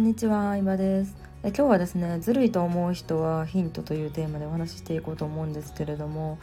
んにちは、今です。今日はですね、ずるいと思う人はヒントというテーマでお話ししていこうと思うんですけれども、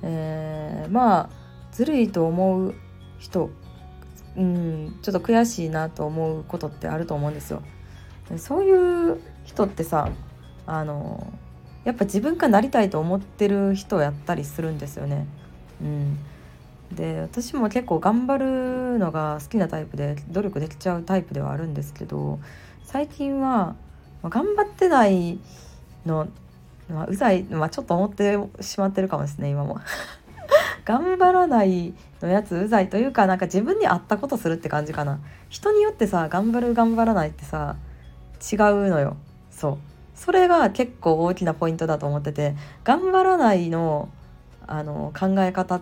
ずるいと思う人、ちょっと悔しいなと思うことってあると思うんですよ。そういう人ってさ、やっぱ自分がなりたいと思ってる人やったりするんですよね。で、私も結構頑張るのが好きなタイプで努力できちゃうタイプではあるんですけど、最近は頑張ってないの、うざい、ちょっと思ってしまってるかもですね、今も。頑張らないのやつうざいというか、なんか自分に合ったことするって感じかな。人によってさ、頑張る頑張らないってさ、違うのよ。それが結構大きなポイントだと思ってて、頑張らないの考え方って、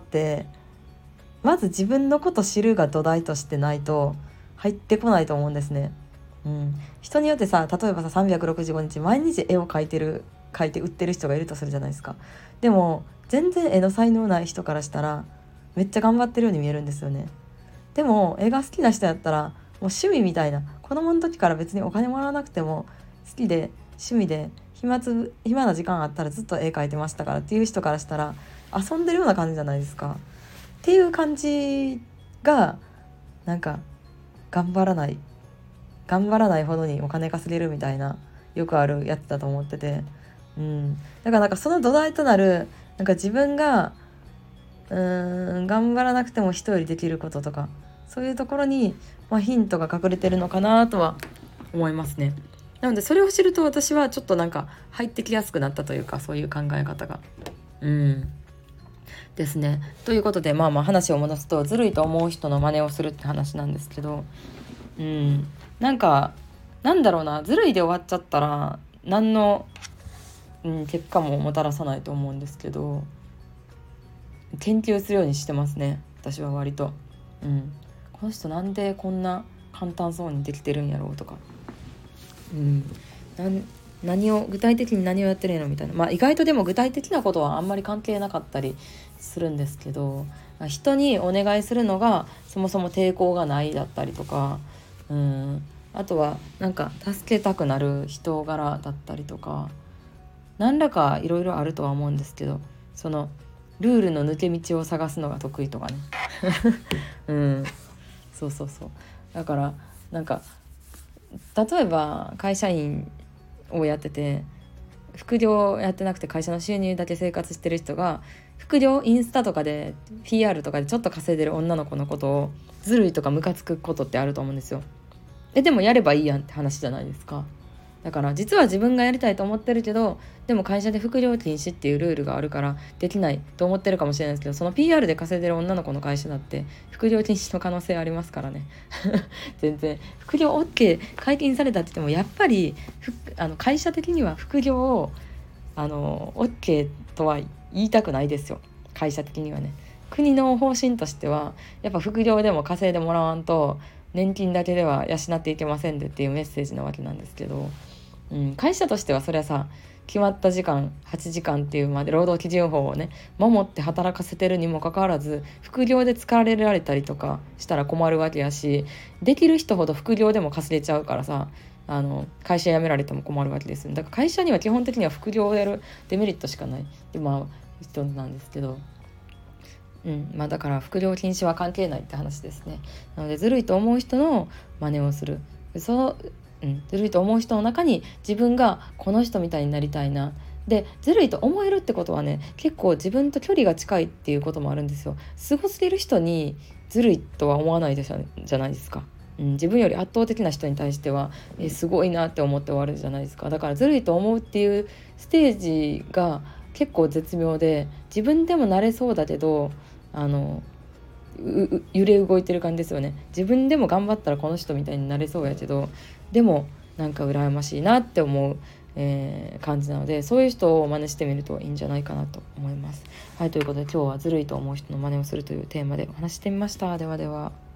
まず自分のこと知るが土台としてないと入ってこないと思うんですね。人によってさ、例えばさ、365日毎日絵を描いて売ってる人がいるとするじゃないですか。でも全然絵の才能ない人からしたらめっちゃ頑張ってるように見えるんですよね。でも絵が好きな人やったら、もう趣味みたいな、子供の時から別にお金もらわなくても好きで趣味で暇な時間あったらずっと絵描いてましたからっていう人からしたら遊んでるような感じじゃないですか。っていう感じが、なんか頑張らないほどにお金稼げるみたいな、よくあるやつだと思ってて、だからなんかその土台となる、なんか自分が頑張らなくても人よりできることとか、そういうところに、ヒントが隠れてるのかなとは思いますね。なのでそれを知ると私はちょっとなんか入ってきやすくなったというか、そういう考え方がですね。ということで、話を戻すと、ずるいと思う人の真似をするって話なんですけど、なんかなんだろうな、ずるいで終わっちゃったら何の、結果ももたらさないと思うんですけど、研究するようにしてますね、私は割と。この人なんでこんな簡単そうにできてるんやろうとか、具体的に何をやってるのみたいな、意外とでも具体的なことはあんまり関係なかったりするんですけど、人にお願いするのがそもそも抵抗がないだったりとか、あとはなんか助けたくなる人柄だったりとか、何らかいろいろあるとは思うんですけど、そのルールの抜け道を探すのが得意とかね。そうだからなんか、例えば会社員をやってて副業やってなくて会社の収入だけ生活してる人が、副業インスタとかで PR とかでちょっと稼いでる女の子のことをずるいとかムカつくことってあると思うんですよ。でもやればいいやんって話じゃないですか。だから実は自分がやりたいと思ってるけど、でも会社で副業禁止っていうルールがあるからできないと思ってるかもしれないですけど、その PR で稼いでる女の子の会社だって副業禁止の可能性ありますからね。全然副業 OK 解禁されたって言っても、やっぱり会社的には副業をOK とは言いたくないですよ。会社的にはね。国の方針としてはやっぱ副業でも稼いでもらわんと年金だけでは養っていけませんでっていうメッセージなわけなんですけど、会社としてはそれはさ、決まった時間8時間っていうまで労働基準法をね守って働かせてるにもかかわらず、副業で疲れられたりとかしたら困るわけやし、できる人ほど副業でも稼げちゃうからさ、会社辞められても困るわけです。だから会社には基本的には副業をやるデメリットしかない人なんですけど、だから副業禁止は関係ないって話ですね。なのでずるいと思う人の真似をする、ずるいと思う人の中に自分がこの人みたいになりたいな、でずるいと思えるってことはね、結構自分と距離が近いっていうこともあるんですよ。すごすぎる人にずるいとは思わないじゃないですか。自分より圧倒的な人に対してはすごいなって思って終わるじゃないですか。だからずるいと思うっていうステージが結構絶妙で、自分でもなれそうだけど揺れ動いてる感じですよね。自分でも頑張ったらこの人みたいになれそうやけど、でもなんか羨ましいなって思う、感じなので、そういう人を真似してみるといいんじゃないかなと思います。はい、ということで今日はずるいと思う人の真似をするというテーマでお話してみました。ではでは。